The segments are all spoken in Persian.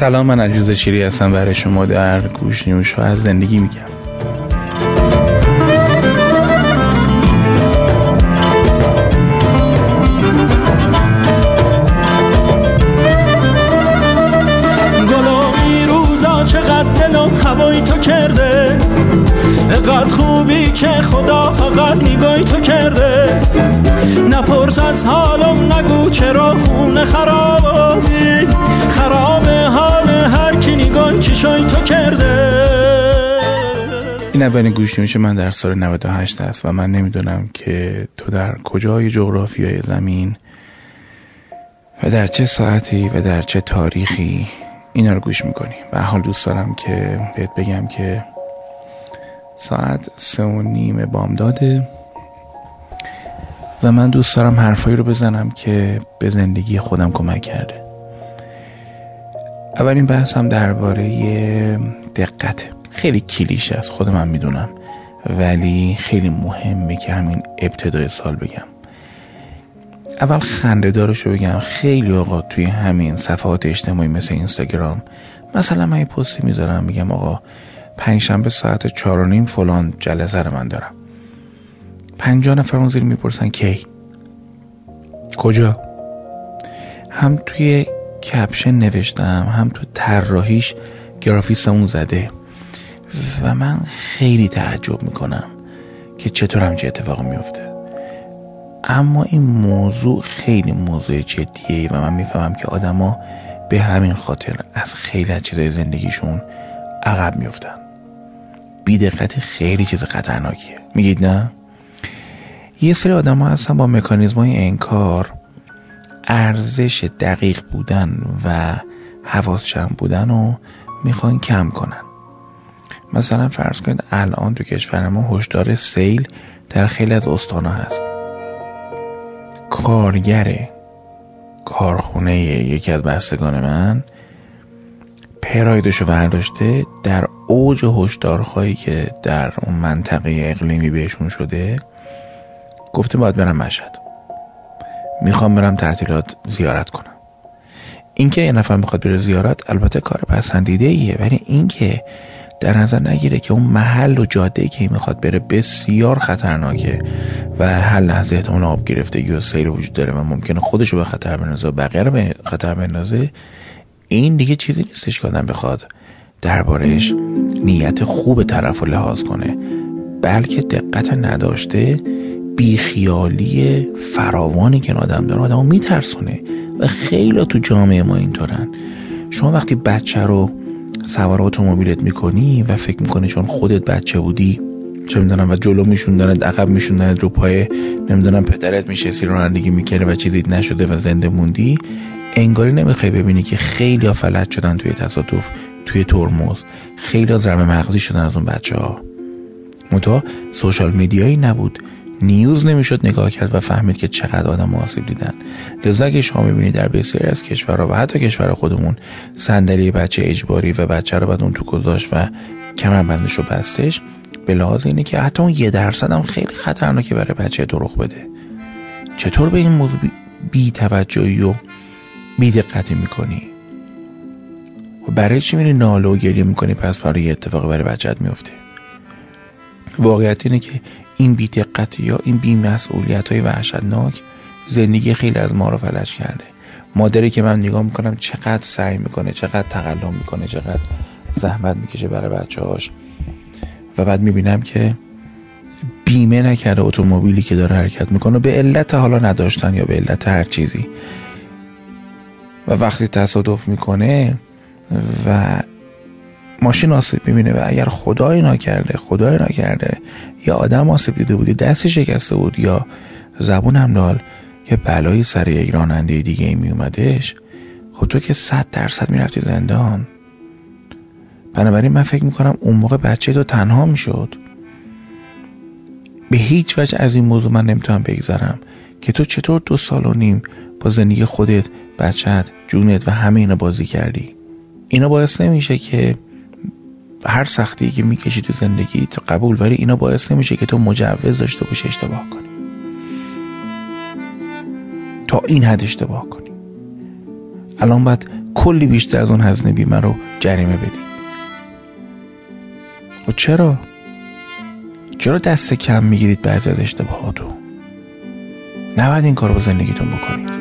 سلام، من علیرضا شیری هستم. برای شما در گوش نیوش ها از زندگی میگم. گلوی روزا چقدر دلم هوای تو کرده، قد خوبی که خدا فقط نگاهی تو کرده. نپرس از حالم، نگو چرا خونه خرابی، خرابه حال هر کی نگاه چشای تو کرده. این اولین گوش نیوش من در سال 98 است و من نمیدونم که تو در کجای جغرافیای زمین و در چه ساعتی و در چه تاریخی اینا رو گوش میکنی. به حال دوست دارم که بهت بگم که ساعت 3:30 بامداده و من دوست دارم حرفایی رو بزنم که به زندگی خودم کمک کرده. اولین بحثم درباره دقت. خیلی کلیشه است، خودم هم میدونم، ولی خیلی مهمه که همین ابتدای سال بگم. اول خنده دارشو بگم. خیلی اوقات توی همین صفحات اجتماعی مثل اینستاگرام مثلا من یه پستی میذارم میگم آقا پنجشنبه ساعت 4:30 فلان جلسه رو من دارم. 50 نفر اون زیر میپرسن کی؟ کجا؟ هم توی کپشن نوشتم، هم تو طراحیش گرافیستمون زده و من خیلی تعجب میکنم که چطور همچین اتفاق میفته. اما این موضوع خیلی موضوع جدیه و من میفهمم که آدما به همین خاطر از خیلی از چیزای زندگیشون عقب میفتن. بی‌دقتی خیلی چیز خطرناکیه، میگید نه؟ یه سری آدم ها هستن با مکانیزمای انکار ارزش دقیق بودن و حواس جمع بودن رو میخوان کم کنن. مثلا فرض کنید الان تو کشور ما هشدار سیل در خیلی از استان‌ها هست. کارگر کارخونه یکی از بستگان من پرایدشو برداشته در اوج هشدارهایی که در اون منطقه اقلیمی بهشون شده، گفته باید برم مشهد، میخوام برم تعطیلات زیارت کنم. این که یه نفر میخواد بره زیارت البته کار پسندیده ایه، ولی این که در نظر نگیره که اون محل و جاده‌ای که میخواد بره بسیار خطرناکه و هر لحظه احتمال آب گرفتگی و سیل وجود داره و ممکنه خودشو به خطر بندازه و بقیه رو به خطر بندازه، این دیگه چیزی نیستش که آدم بخواد دربارش نیت خوب طرف رو لحاظ کنه، بلکه دقت نداشته بیخیالی فراوانی که آدم داره آدمو میترسونه و خیلی تو جامعه ما اینطورن. شما وقتی بچه رو سوار اتومبیلت میکنی و فکر میکنی چون خودت بچه بودی چه میدونم و جلو میشوندنت عقب میشوندنت رو پای نمیدونم پدرت میشستی رانندگی میکردی و چیزی نشده و زنده موندی، انگاری نمیخوای ببینی که خیلی ها فلج شدن توی تصادف، توی ترمز، خیلی ها ضربه مغزی شدن از اون بچه ها. منتها سوشال میدیایی نبود، نیوز نمیشد نگاه کرد و فهمید که چقدر آدم آسیب دیدن. لذا اگه شما میبینید در بسیاری از کشورها و حتی کشور خودمون صندلی بچه اجباری و بچه رو بعد اون تو گذاشت و کمربندش رو بستش، به لحاظ اینه که حتی اون 1% هم خیلی خطرناکه برای بچه تو رخ بده. چطور به این موضوع بی توجهی و بی دقتی میکنی؟ و برای چی میری ناله و گریه میکنی پس برای اتفاقی برای بچه‌ت میفته؟ واقعیت اینه که این بی دقتی یا این بی مسئولیت های وحشتناک زندگی خیلی از ما رو فلج کرده. مادری که من نگاه میکنم چقدر سعی میکنه، چقدر تقلا میکنه، چقدر زحمت میکشه برای بچه‌هاش و بعد میبینم که بیمه نکرده اتومبیلی که داره حرکت میکنه به علت حالا نداشتن یا به علت هر چیزی، و وقتی تصادف میکنه و ماشین آسیب میبینه و اگر خدای نکرده یا آدم آسیب دیده بودی، دستی شکسته بود یا زبون هم دال یه بلایی سر یک راننده دیگه ای میومدش، خب تو که 100% میرفتی زندان. بنابراین من فکر میکنم اون موقع بچه تو تنها میشد. به هیچ وجه از این موضوع من نمیتونم بگذرم که تو چطور 2.5 سال با زندگی خودت، بچت، جونت و همه اینا بازی کردی. اینا باعث نمیشه که هر سختی که میکشی تو زندگی تو قبول، ولی اینا باعث نمیشه که تو مجوز داشته باشی اشتباه کنی، تا این حد اشتباه کنی. الان باید کلی بیشتر از اون هزینه بیمه رو جریمه بدی. و چرا دست کم میگیرید بعضی از اشتباهاتو؟ نباید این کار رو با زندگیتون بکنید.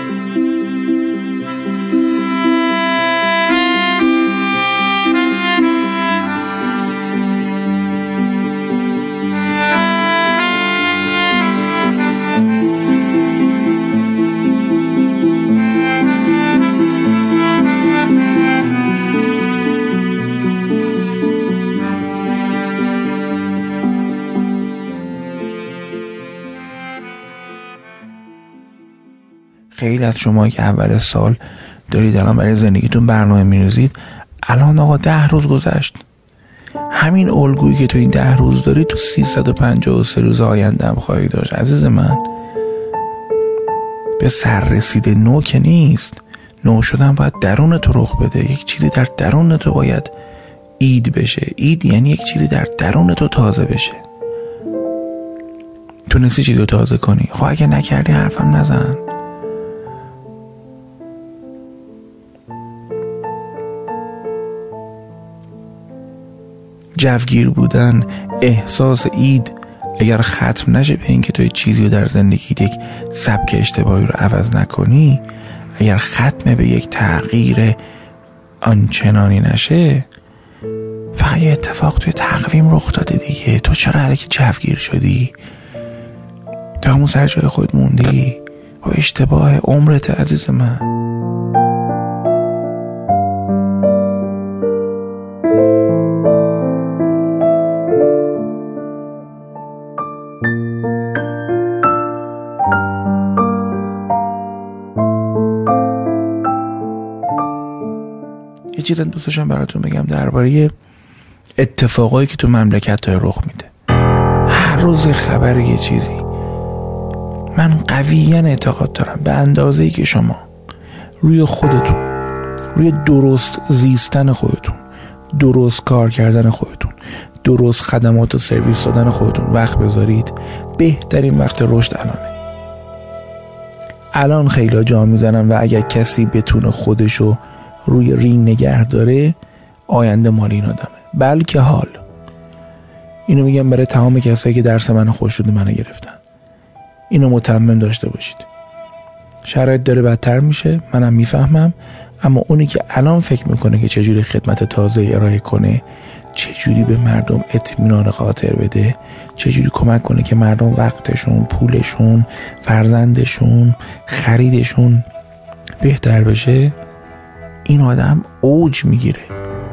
خیلی از شمایی که اول سال دارید الان برای زندگیتون برنامه می‌ریزید، الان آقا 10 روز گذشت. همین الگویی که تو این 10 روز داری تو 353 روز آینده هم خواهی داشت. عزیز من، به سر رسیده نو که نیست. نو شدن باید درون تو رخ بده. یک چیزی در درون تو باید اید بشه. اید یعنی یک چیزی در درون تو تازه بشه. تونستی چیزی رو تازه کنی؟ خب اگه نکردی حرفم نزن. جوگیر بودن، احساس اید اگر ختم نشه به این که توی چیزی رو در زندگی یک سبک اشتباهی رو عوض نکنی، اگر ختم به یک تغییر آنچنانی نشه، فقط یه اتفاق توی تقویم رخ داده دیگه. تو چرا الکی جوگیر شدی؟ تو همون سر جای خود موندی و اشتباه عمرت عزیز من. یه چیزی دوست داشتم براتون بگم درباره اتفاقایی که تو مملکت های رخ میده. هر روز خبر یه چیزی. من قویاً اعتقاد دارم به اندازه‌ای که شما روی خودتون، روی درست زیستن خودتون، درست کار کردن خودتون، درست خدمات و سرویس دادن خودتون وقت بذارید، بهترین وقت رشد الانه. الان خیلی جا میزنن و اگر کسی بتونه خودشو روی رینگ نگه داره، آینده مال این آدمه. بلکه حال اینو میگم برای تمام کسایی که درس منو خوش منو گرفتن، اینو متمم داشته باشید. شرایط داره بدتر میشه، منم میفهمم، اما اونی که الان فکر میکنه که چجوری خدمت تازه ارائه کنه، چجوری به مردم اطمینان خاطر بده، چجوری کمک کنه که مردم وقتشون، پولشون، فرزندشون، خریدشون بهتر بشه، این آدم اوج میگیره.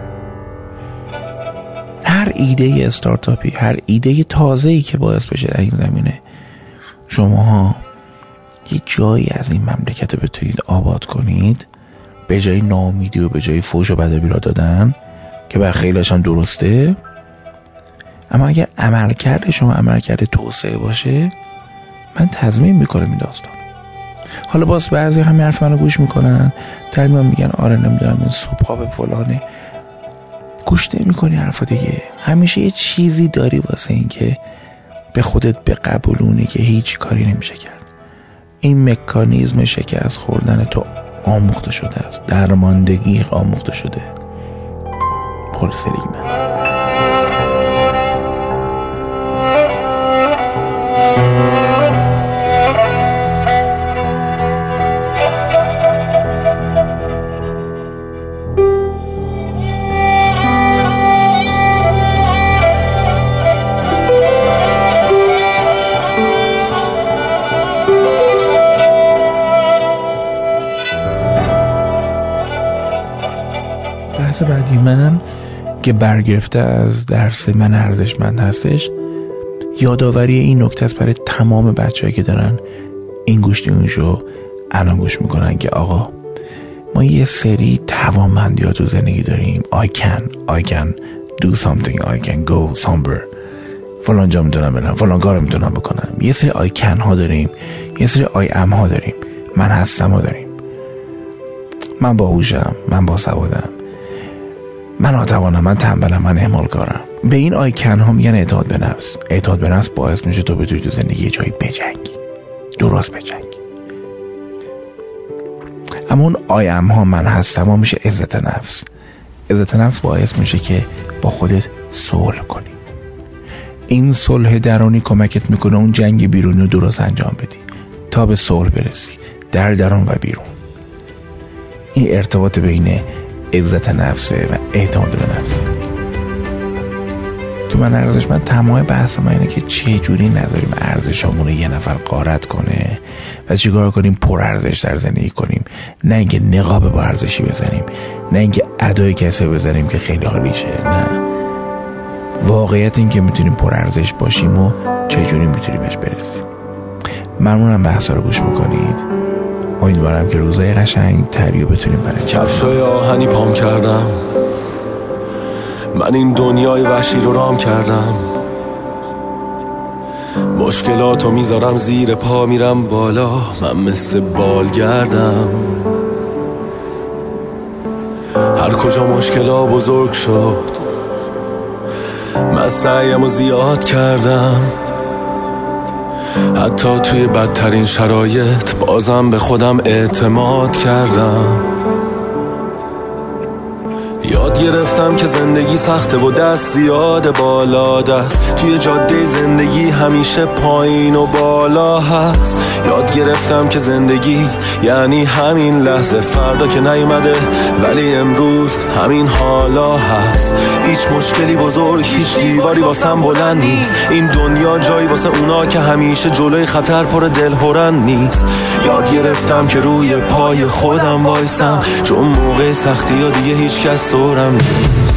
هر ایده استارتاپی، هر ایده تازه‌ای که باعث بشه در این زمینه شماها یه جایی از این مملکت رو بتونید آباد کنید، به جای ناامیدی و به جای فوش و بدبیرا دادن که بر خیلیش هم درسته، اما اگر عملکرد شما عملکرد توسعه باشه، من تضمین میکنم این داستان. حالا باز بعضی همین حرف منو گوش میکنن، در میان میگن آره نمیدونم این سوپا به فلانه. گوش نمیکنی حرفا دیگه. همیشه یه چیزی داری واسه این که به خودت بقبولونی که هیچ کاری نمیشه کرد. این مکانیزم شکست خوردن تو آموخته شده است، درماندگی آموخته شده. پول سلیگمن. بحث بعدی من که برگرفته از درس من ارزشمند هستش، یادآوری این نکته است برای تمام بچه‌هایی که دارن این گوشتیونشو الان گوش میکنن که آقا ما یه سری توانمندی‌ها تو زندگی داریم. I can do something, I can go somewhere، فلان جا میتونم برم، فلان کارو میتونم بکنم. یه سری I can ها داریم، یه سری I am ها داریم، من هستم ها داریم. من باهوشم، من باسوادم، من ناتوانم، من تنبلم، من اهمالکارم. به این آیکن ها میگن اعتماد به نفس. اعتماد به نفس باعث میشه تو بتونی تو زندگی یه جایی بجنگی، درست بجنگی. اما اون آیم ها من هستم ها میشه عزت نفس. عزت نفس باعث میشه که با خودت صلح کنی. این صلح درونی کمکت میکنه اون جنگ بیرونی رو درست انجام بدی تا به صلح برسی در درون و بیرون. این ارتباط بین عزت نفسه و اعتماد به نفس. تو من ارزشمند تمام بحث ما اینه که چه جوری نذاریم ارزشامون یه نفر غارت کنه و چیکار کنیم پر ارزش در زندگی کنیم، نه اینکه نقاب با ارزشی بزنیم، نه اینکه ادای کسی بزنیم که خیلی حالیشه. نه، واقعیت این که میتونیم پر ارزش باشیم و چه جوری میتونیمش برسیم. ممنونم بحثا رو گوش میکنید. امیدوارم که روزای قشنگ تری رو بتونیم برای کفشای آهنی پام کردم، من این دنیای وحشی رو رام کردم. مشکلاتو میذارم زیر پا، میرم بالا، من مثل بالگردم. هر کجا مشکلا بزرگ شد، من سعیمو زیاد کردم. حتی توی بدترین شرایط بازم به خودم اعتماد کردم. یاد گرفتم که زندگی سخته و دست زیاد بالا دست، توی جاده زندگی همیشه پایین و بالا هست. یاد گرفتم که زندگی یعنی همین لحظه، فردا که نیومده ولی امروز همین حالا هست. هیچ مشکلی بزرگ، هیچ دیواری واسم بلند نیست. این دنیا جایی واسه اونا که همیشه جلوی خطر پر دلهرن نیست. یاد گرفتم که روی پای خودم وایسم، چون موقع سختی ها دیگه هیچ کس دورم نیست.